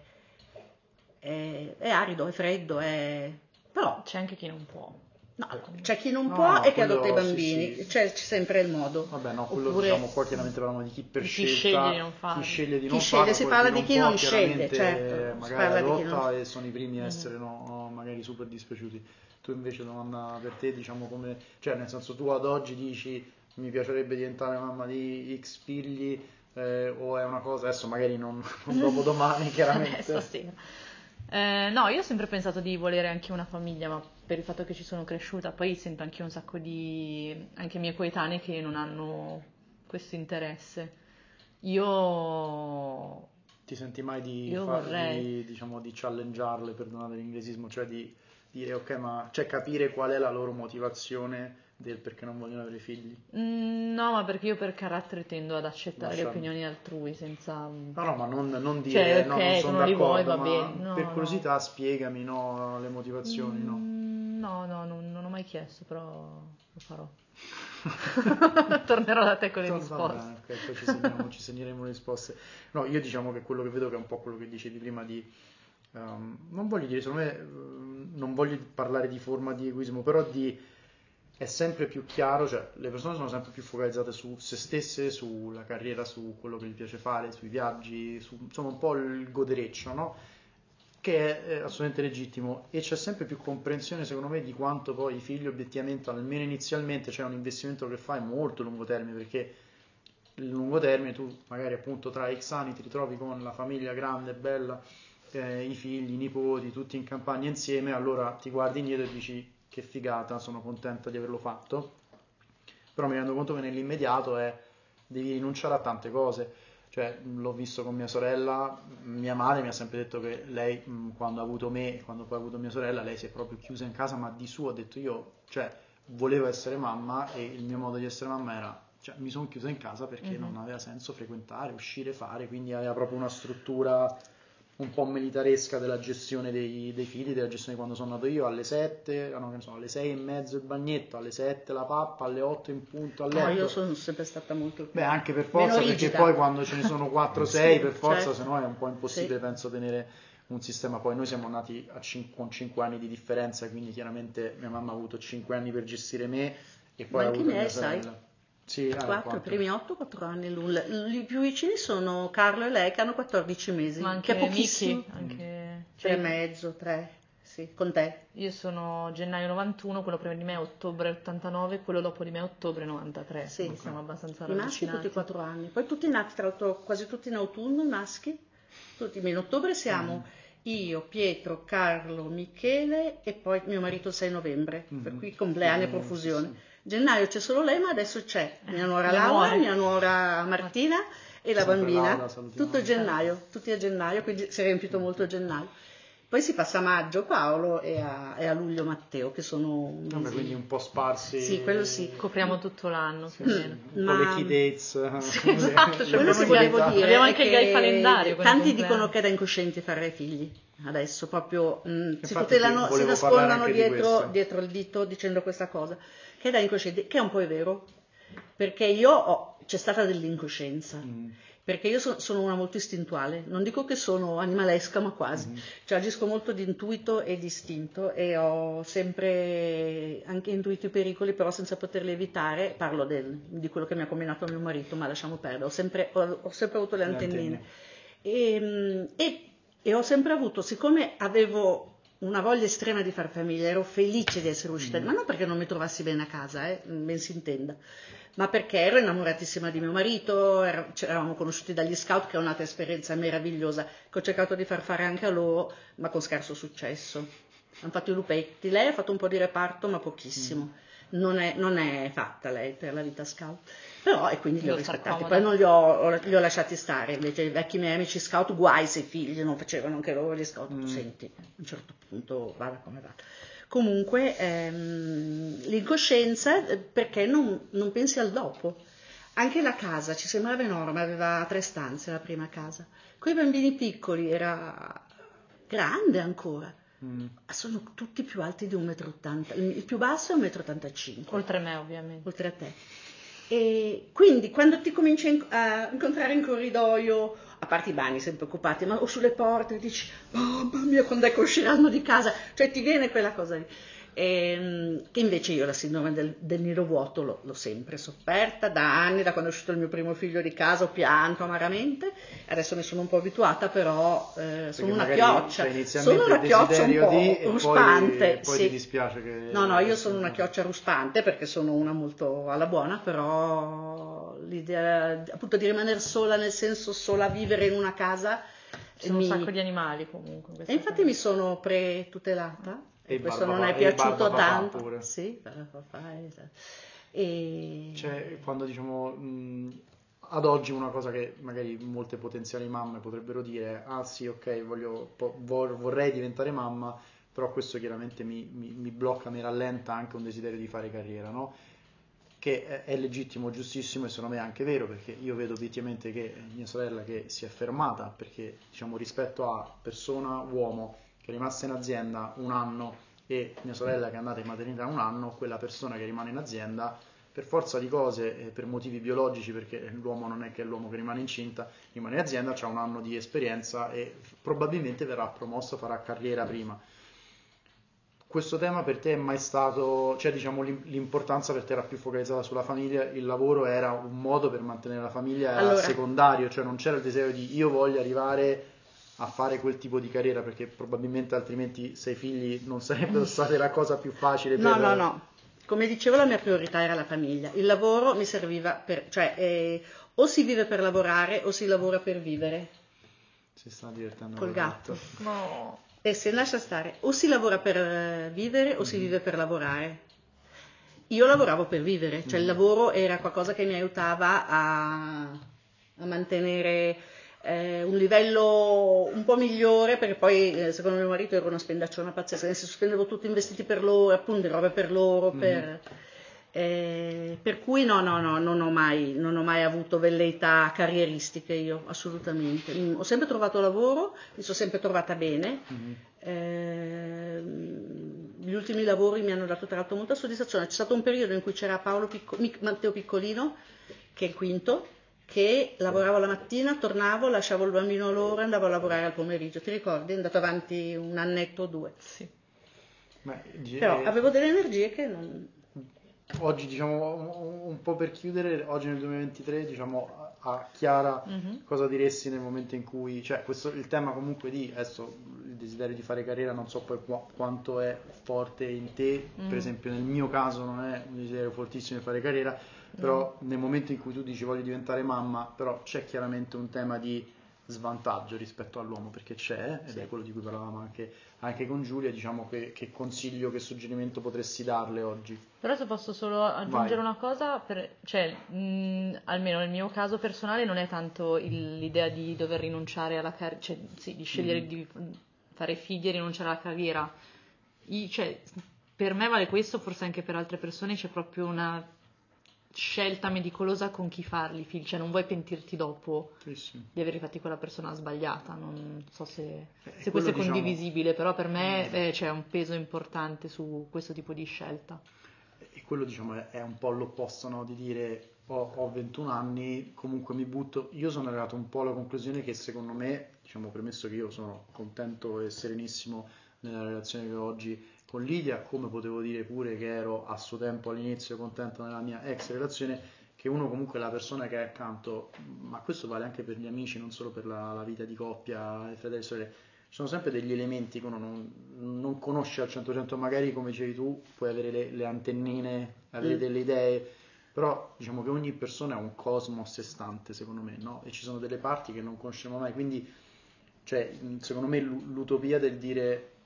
è arido, è freddo, però
C'è anche chi non può.
no, c'è chi non può e che adotta i bambini,
sì.
c'è sempre il modo.
Vabbè, no, quello
Oppure
diciamo qua chiaramente parliamo di chi per
Di chi
scelta,
sceglie di non farlo.
chi sceglie di
Chi
non
sceglie,
farlo,
si
poi
parla
chi
di
non
chi
può,
non sceglie,
chiaramente
certo, si
magari
parla di chi
adotta
non...
e sono i primi a essere magari super dispiaciuti. Tu invece, domanda per te, diciamo come, cioè nel senso, tu ad oggi dici mi piacerebbe diventare mamma di X figli, o è una cosa, adesso magari non dopo domani chiaramente.
Stasera. No, io ho sempre pensato di volere anche una famiglia, ma per il fatto che ci sono cresciuta, poi sento anche un sacco di anche miei coetanei che non hanno questo interesse. Io
Ti senti mai
vorrei.
diciamo, di challengearle, perdonate l'inglesismo, cioè di dire ok, ma cioè capire qual è la loro motivazione del perché non vogliono avere figli?
No, ma perché io per carattere tendo ad accettare le
Lasciarli.
opinioni altrui senza...
No, ma non
Cioè,
dire no,
ok,
non
tu
sono
non li vuoi,
d'accordo,
va
ma
bene. No,
per
no.
curiosità spiegami, no, le motivazioni, no?
No, non ho mai chiesto, però lo farò. Tornerò da te con le
Va
risposte.
bene, ok, poi ci segneremo le risposte. No, io diciamo che quello che vedo che è un po' quello che dicevi prima di... non voglio dire, secondo me, non voglio parlare di forma di egoismo, però è sempre più chiaro, cioè le persone sono sempre più focalizzate su se stesse, sulla carriera, su quello che gli piace fare, sui viaggi, insomma un po' il godereccio, no? Che è assolutamente legittimo, e c'è sempre più comprensione secondo me di quanto poi i figli obiettivamente, almeno inizialmente, c'è un investimento che fai molto a lungo termine, perché il lungo termine tu magari appunto tra X anni ti ritrovi con la famiglia grande, bella, i figli, i nipoti, tutti in campagna insieme, allora ti guardi indietro e dici che figata, sono contenta di averlo fatto, però mi rendo conto che nell'immediato devi rinunciare a tante cose. Cioè, l'ho visto con mia sorella, mia madre mi ha sempre detto che lei, quando ha avuto me e quando poi ha avuto mia sorella, lei si è proprio chiusa in casa, ma di suo ha detto io, cioè, volevo essere mamma e il mio modo di essere mamma era, cioè, mi sono chiusa in casa perché non aveva senso frequentare, uscire, fare, quindi aveva proprio una struttura un po' militaresca della gestione dei figli, della gestione di quando sono nato io, alle 7, no, che ne so, alle 6 e mezzo il bagnetto, alle 7 la pappa, alle 8 in punto a
No,
letto.
io sono sempre stata molto più...
Beh, anche per
meno
forza, perché
rigida.
poi quando ce ne sono 4-6
Sì,
per forza,
certo.
se no è un po' impossibile,
Sì.
penso, tenere un sistema. Poi noi siamo nati con 5 anni di differenza, quindi chiaramente mia mamma ha avuto 5 anni per gestire me e poi
Ma
ha
anche i
avuto mia
miei, sai?
sorella. Sì,
4, i primi 4 anni. I più vicini sono Carlo e lei che hanno 14 mesi,
Ma
che
anche
è pochissimo.
Miki, anche...
3 e mezzo, 3, sì, con te.
Io sono gennaio 91, quello prima di me è ottobre 89, quello dopo di me è ottobre 93,
Sì,
quindi siamo abbastanza
i maschi
ravvicinati.
tutti 4 anni, poi tutti nati, tra l'altro quasi tutti in autunno, i maschi, tutti in ottobre siamo io, Pietro, Carlo, Michele e poi mio marito il 6 novembre, per cui compleanni a profusione.
Sì.
Gennaio c'è solo lei, ma adesso c'è mia nuora
Le
Laura,
nuore.
mia nuora Martina e la
Sempre
bambina,
Laura, salutiamo.
tutto gennaio, tutti a gennaio, quindi si è riempito molto gennaio. Poi si passa a maggio Paolo e a luglio Matteo, che sono
Vabbè,
mesi.
quindi un po' sparsi.
Sì, quello sì.
Copriamo tutto l'anno più o
Sì,
meno.
un po' le key dates.
Sì, esatto, cioè
Quello che volevo dire
abbiamo
è
anche il
che
calendario con i
tanti
compleanni.
dicono che è da incoscienti fare figli adesso, proprio si
Infatti
tutelano, si
volevo parlare
nascondono
anche di questo.
dietro il dito dicendo questa cosa, che è da incoscienti, che è un po' è vero, perché c'è stata dell'incoscienza, perché io sono una molto istintuale, non dico che sono animalesca, ma quasi, cioè agisco molto di intuito e di istinto e ho sempre anche intuito i pericoli, però senza poterli evitare. Parlo di quello che mi ha combinato mio marito, ma lasciamo perdere, ho sempre avuto le antennine. E ho sempre avuto, siccome avevo una voglia estrema di far famiglia, ero felice di essere uscita, ma non perché non mi trovassi bene a casa, ben si intenda, ma perché ero innamoratissima di mio marito, ci eravamo conosciuti dagli scout, che è un'altra esperienza meravigliosa, che ho cercato di far fare anche a loro, ma con scarso successo. hanno fatto i lupetti. Lei ha fatto un po' di reparto, ma pochissimo. Non è fatta lei per la vita scout, però e quindi li ho
Devo star
rispettati.
comoda.
Poi non li ho lasciati stare, invece i vecchi miei amici scout, guai se i figli non facevano anche loro gli scout. Senti, a un certo punto vada come va. Comunque l'incoscienza, perché non pensi al dopo. Anche la casa ci sembrava enorme, aveva 3 stanze la prima casa. Con i bambini piccoli era grande ancora. Sono tutti più alti di 1,80 m. Il più basso è 1,85 m.
Oltre me, ovviamente.
Oltre a te. E quindi quando ti cominci a incontrare in corridoio, a parte i bagni sempre occupati, ma o sulle porte, dici, mamma mia, quando è che usciranno di casa? Cioè ti viene quella cosa lì. Che invece io la sindrome del nido vuoto l'ho sempre sofferta da anni, da quando è uscito il mio primo figlio di casa ho pianto amaramente, adesso mi sono un po' abituata, però sono una chioccia, sono una chioccia un po' ruspante.
Poi
sì.
ti dispiace che...
No, io sono una chioccia ruspante perché sono una molto alla buona, però l'idea appunto di rimanere sola, nel senso sola a vivere in una casa.
Ci sono un sacco di animali comunque.
E infatti mi sono pre-tutelata.
E
questo non è
Barba
piaciuto
Papà
tanto.
pure.
Sì, e...
Cioè, quando diciamo ad oggi una cosa che magari molte potenziali mamme potrebbero dire, ah sì, ok, vorrei diventare mamma, però questo chiaramente mi blocca, mi rallenta anche un desiderio di fare carriera, no? Che è legittimo, giustissimo e secondo me è anche vero, perché io vedo obiettivamente che mia sorella che si è fermata, perché diciamo rispetto a persona, uomo, che è rimasta in azienda un anno e mia sorella che è andata in maternità un anno, quella persona che rimane in azienda per forza di cose, per motivi biologici, perché l'uomo non è che è l'uomo che rimane incinta, rimane in azienda, ha un anno di esperienza e probabilmente verrà promosso, farà carriera prima. Questo tema per te è mai stato, cioè diciamo l'importanza per te era più focalizzata sulla famiglia, il lavoro era un modo per mantenere la famiglia, era
Allora,
secondario, cioè non c'era il desiderio di io voglio arrivare a fare quel tipo di carriera, perché probabilmente altrimenti 6 figli non sarebbe stata la cosa più facile per...
No. Come dicevo, la mia priorità era la famiglia. Il lavoro mi serviva per... cioè, o si vive per lavorare o si lavora per vivere.
Si sta divertendo
Col gatto.
No.
E se lascia stare, o si lavora per vivere o si vive per lavorare. Io lavoravo per vivere, cioè il lavoro era qualcosa che mi aiutava a mantenere un livello un po' migliore, perché poi secondo mio marito ero una spendacciona pazzesca, nel senso spendevo tutti investiti per loro, appunto robe per loro, per cui no, non ho mai avuto velleità carrieristiche io, assolutamente. Ho sempre trovato lavoro, mi sono sempre trovata bene. Gli ultimi lavori mi hanno dato tra l'altro molta soddisfazione. C'è stato un periodo in cui c'era Matteo Piccolino, che è il quinto, che lavoravo la mattina, tornavo, lasciavo il bambino a loro e andavo a lavorare al pomeriggio. Ti ricordi? È andato avanti un annetto o 2.
Sì.
Però avevo delle energie che non...
Oggi, diciamo, un po' per chiudere, oggi nel 2023, diciamo, a Chiara, cosa diresti nel momento in cui, cioè, il tema comunque di, adesso, il desiderio di fare carriera, non so poi quanto è forte in te, per esempio nel mio caso non è un desiderio fortissimo di fare carriera, però nel momento in cui tu dici voglio diventare mamma, però c'è chiaramente un tema di svantaggio rispetto all'uomo, perché c'è, ed è quello di cui parlavamo anche con Giulia, diciamo che consiglio, che suggerimento potresti darle oggi?
Però se posso solo aggiungere una cosa, cioè, almeno nel mio caso personale non è tanto l'idea di dover rinunciare alla carriera, cioè sì, di scegliere di fare figli e rinunciare alla carriera. Cioè, per me vale questo, forse anche per altre persone c'è proprio una scelta meticolosa con chi farli figli, cioè non vuoi pentirti dopo di aver fatti quella persona sbagliata, non so se questo è condivisibile, però per me c'è un peso importante su questo tipo di scelta.
E quello diciamo è un po' l'opposto, no? Di dire ho 21 anni, comunque mi butto. Io sono arrivato un po' alla conclusione che secondo me, diciamo, premesso che io sono contento e serenissimo nella relazione che ho oggi con Lidia, come potevo dire pure che ero a suo tempo all'inizio contento nella mia ex relazione, che uno comunque è la persona che è accanto, ma questo vale anche per gli amici, non solo per la vita di coppia, i fratelli e sorelle. Ci sono sempre degli elementi che uno non conosce al 100%, magari come dicevi tu puoi avere le antennine, avere delle idee, però diciamo che ogni persona è un cosmo a sé stante, secondo me, no? E ci sono delle parti che non conosciamo mai, quindi cioè, secondo me l'utopia del dire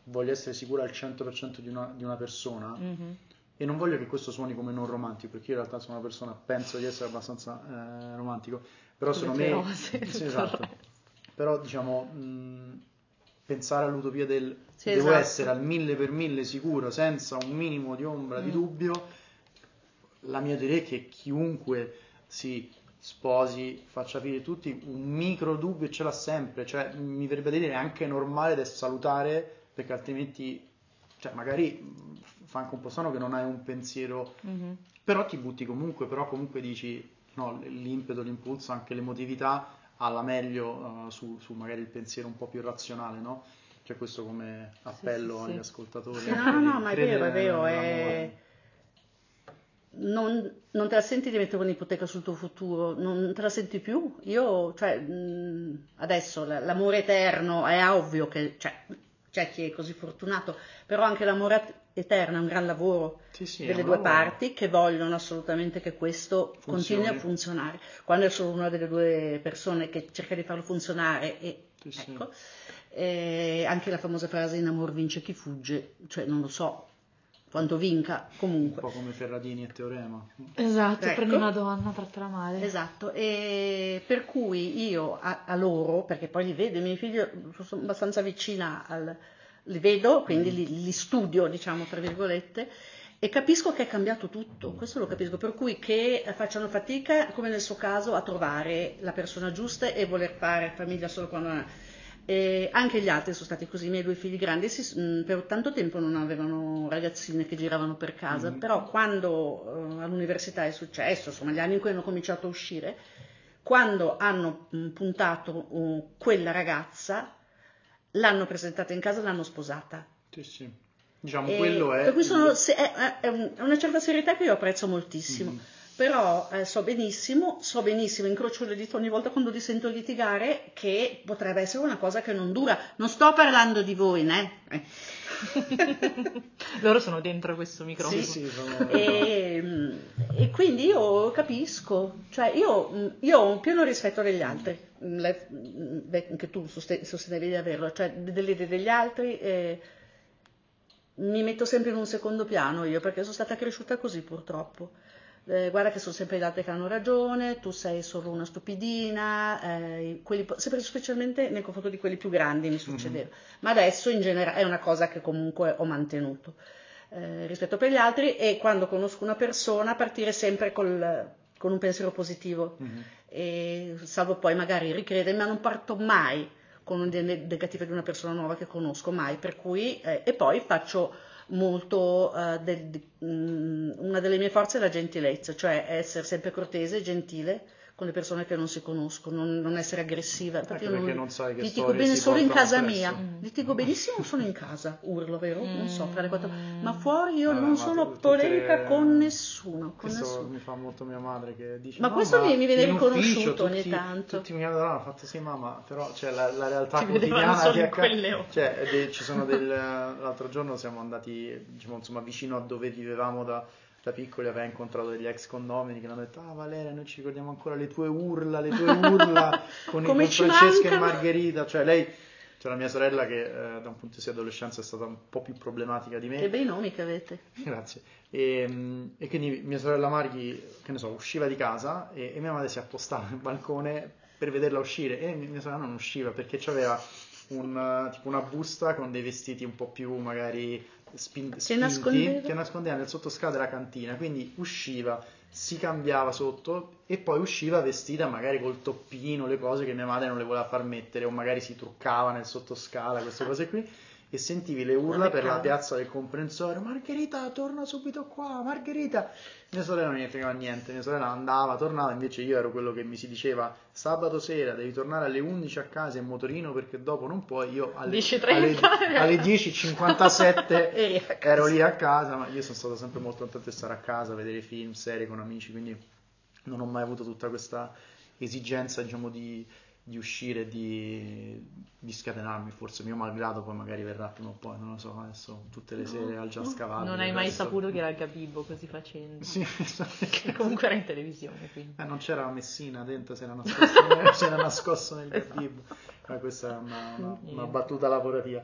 voglio essere sicura al 100% di una persona, e non voglio che questo suoni come non romantico, perché io in realtà sono una persona, penso di essere abbastanza romantico, però secondo me
rose,
sì, esatto. Però diciamo pensare all'utopia del
Sì,
devo
esatto.
essere al 1000% sicuro, senza un minimo di ombra di dubbio, la mia teoria è che chiunque si sposi, faccia figli tutti, un micro dubbio ce l'ha sempre, cioè mi verrebbe da dire è anche normale ed è salutare, perché altrimenti cioè magari fa anche un po' strano che non hai un pensiero, però ti butti comunque, però comunque dici no, l'impeto, l'impulso, anche l'emotività alla meglio su magari il pensiero un po' più razionale, no? Cioè questo come appello agli ascoltatori.
Sì,
anche
no,
di
ma è
credere
vero,
nell'amore.
Non te la senti di mettere un'ipoteca sul tuo futuro, non te la senti più. Io, cioè, adesso l'amore eterno è ovvio che c'è chi è così fortunato, però anche l'amore eterno è un gran lavoro
Sì, è
delle
un
due
lavoro.
parti che vogliono assolutamente che questo
Funzioni.
continui a funzionare. Quando è solo una delle due persone che cerca di farlo funzionare
Sì.
ecco, anche la famosa frase in amor vince chi fugge, cioè non lo so quanto vinca, comunque.
Un po' come Ferradini e Teorema.
Esatto,
Ecco.
prendi una donna, trattala male.
Esatto, e per cui io a loro, perché poi li vedo, i miei figli sono abbastanza vicina li vedo, quindi li studio, diciamo, tra virgolette, e capisco che è cambiato tutto, questo lo capisco, per cui che facciano fatica, come nel suo caso, a trovare la persona giusta e voler fare famiglia solo quando... E anche gli altri sono stati così, i miei due figli grandi per tanto tempo non avevano ragazzine che giravano per casa, però quando all'università è successo, insomma gli anni in cui hanno cominciato a uscire, quando hanno puntato quella ragazza, l'hanno presentata in casa e l'hanno sposata.
Sì. Diciamo, quello è...
Per cui è una certa serietà che io apprezzo moltissimo. Però so benissimo, incrocio le dita ogni volta quando li sento litigare, che potrebbe essere una cosa che non dura. Non sto parlando di voi, né?
Loro sono dentro questo microfono.
Sì,
E quindi io capisco, cioè io ho un pieno rispetto degli altri, che tu sostenevi di averlo, cioè delle idee degli altri. Mi metto sempre in un secondo piano io, perché sono stata cresciuta così purtroppo. Guarda che sono sempre gli altri che hanno ragione, tu sei solo una stupidina, specialmente nei confronti di quelli più grandi mi succedeva, ma adesso in generale è una cosa che comunque ho mantenuto rispetto per gli altri, e quando conosco una persona partire sempre con un pensiero positivo, e salvo poi magari ricredermi, ma non parto mai con un'idea negativa di una persona nuova che conosco, mai, per cui e poi faccio molto una delle mie forze è la gentilezza, cioè essere sempre cortese e gentile con le persone che non si conoscono, non essere aggressiva. Infatti
Anche perché non sai che
litigo
storie
bene
si
solo in
portano
casa
appresso.
mia, litigo benissimo solo in casa, urlo, vero? Non so, tra le quattro, ma fuori io
Vabbè,
non
ma
sono
tutte
polemica con nessuno,
Questo mi fa molto mia madre che dice
Ma
no,
questo mi viene
in ufficio
riconosciuto ogni tanto.
tutti mi hanno fatto sì mamma, però cioè, la realtà
Ti vedevano
quotidiana
solo
che
in quelle ore.
cioè, ci sono l'altro giorno siamo andati diciamo, insomma, vicino a dove vivevamo da piccoli, aveva incontrato degli ex condomini che hanno detto Valeria, noi ci ricordiamo ancora le tue urla con Francesca e Margherita, cioè lei, c'è la mia sorella che da un punto di vista di adolescenza è stata un po' più problematica di me.
Che bei nomi che avete.
Grazie. E quindi mia sorella Marghi, che ne so, usciva di casa e mia madre si appostava nel balcone per vederla uscire, e mia sorella non usciva perché c'aveva tipo una busta con dei vestiti un po' più magari spinti che nascondeva nel sottoscala della cantina, quindi usciva, si cambiava sotto e poi usciva vestita magari col toppino, le cose che mia madre non le voleva far mettere, o magari si truccava nel sottoscala, queste cose qui, e sentivi le urla per la piazza del comprensorio: Margherita, torna subito qua, Margherita. Mia sorella non ne fregava niente, mia sorella andava, tornava, invece io ero quello che mi si diceva sabato sera devi tornare alle 11 a casa in motorino perché dopo non puoi. Io alle 10:57 ero lì a casa, ma io sono stato sempre molto contento di stare a casa, vedere film, serie con amici, quindi non ho mai avuto tutta questa esigenza, diciamo, di uscire, di scatenarmi, forse mio malgrado, poi magari verrà prima o poi, non lo so, adesso tutte le sere al già scavato.
Non hai mai saputo che era il Gabibbo così facendo?
Sì,
comunque era in televisione, quindi.
Non c'era Messina dentro, si era nascosto nel Gabibbo. Ma questa è una battuta lavorativa.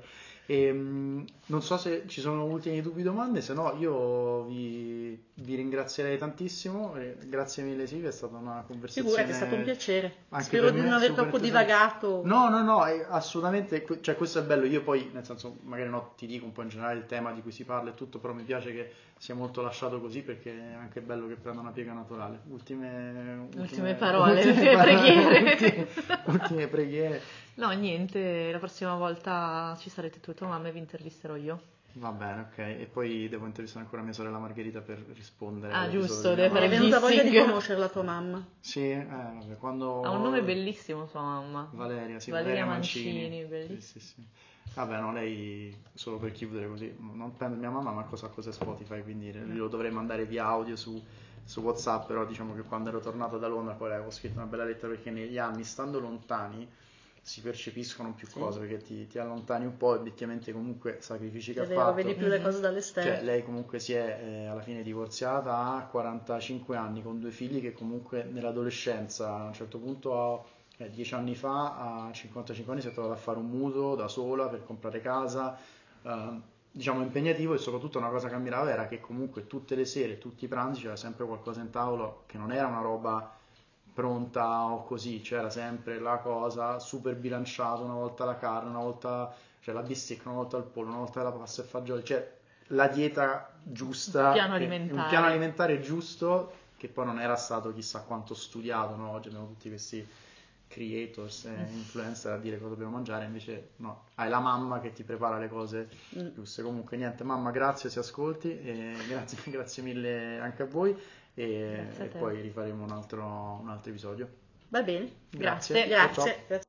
Non so se ci sono ultimi dubbi o domande, se no io vi ringrazierei tantissimo. Grazie mille Silvia, è stata una conversazione.
Figurati, è stato un piacere.
Anche
Spero
per
di
me
non aver
super
troppo
interessante.
divagato.
No, assolutamente, cioè questo è bello, io poi nel senso magari no, ti dico un po' in generale il tema di cui si parla e tutto, però mi piace che sia molto lasciato così perché è anche bello che prenda una piega naturale. Ultime
parole, ultime preghiere.
Ultime preghiere.
No, niente, la prossima volta ci sarete tu e tua mamma e vi intervisterò io.
Va bene, ok. E poi devo intervistare ancora mia sorella Margherita per rispondere.
Ah,
all'episodio
giusto,
di
deve
mia
fare
Mi è
il
mamma.
venuta voglia di
dissing.
conoscerla tua mamma.
Sì, vabbè, quando...
Ha un nome bellissimo sua mamma.
Valeria, sì,
Valeria
Mancini.
Mancini, bellissimo.
Sì. Vabbè, no, lei, solo per chiudere così, non prende mia mamma, ma cos'è Spotify, quindi glielo dovrei mandare via audio su WhatsApp, però diciamo che quando ero tornato da Londra poi le avevo scritto una bella lettera perché negli anni, stando lontani, si percepiscono più cose perché ti allontani un po' e obiettivamente comunque sacrifici che ha fatto.
Vedi più le cose dall'esterno.
Cioè, lei comunque si è alla fine divorziata a 45 anni con 2 figli che comunque nell'adolescenza a un certo punto 10 anni fa a 55 anni si è trovata a fare un mutuo da sola per comprare casa, diciamo impegnativo, e soprattutto una cosa che ammirava era che comunque tutte le sere, tutti i pranzi c'era sempre qualcosa in tavolo che non era una roba pronta o così, c'era sempre la cosa super bilanciata, una volta la carne, una volta la bistecca, una volta il pollo, una volta la pasta e fagioli, cioè la dieta giusta, un piano alimentare giusto che poi non era stato chissà quanto studiato, no? Oggi abbiamo tutti questi creators e influencer a dire cosa dobbiamo mangiare, invece no, hai la mamma che ti prepara le cose giuste. Comunque niente, mamma, grazie se ascolti, e grazie mille anche a voi, e poi rifaremo un altro episodio.
Va bene,
Grazie.
grazie.
Ciao.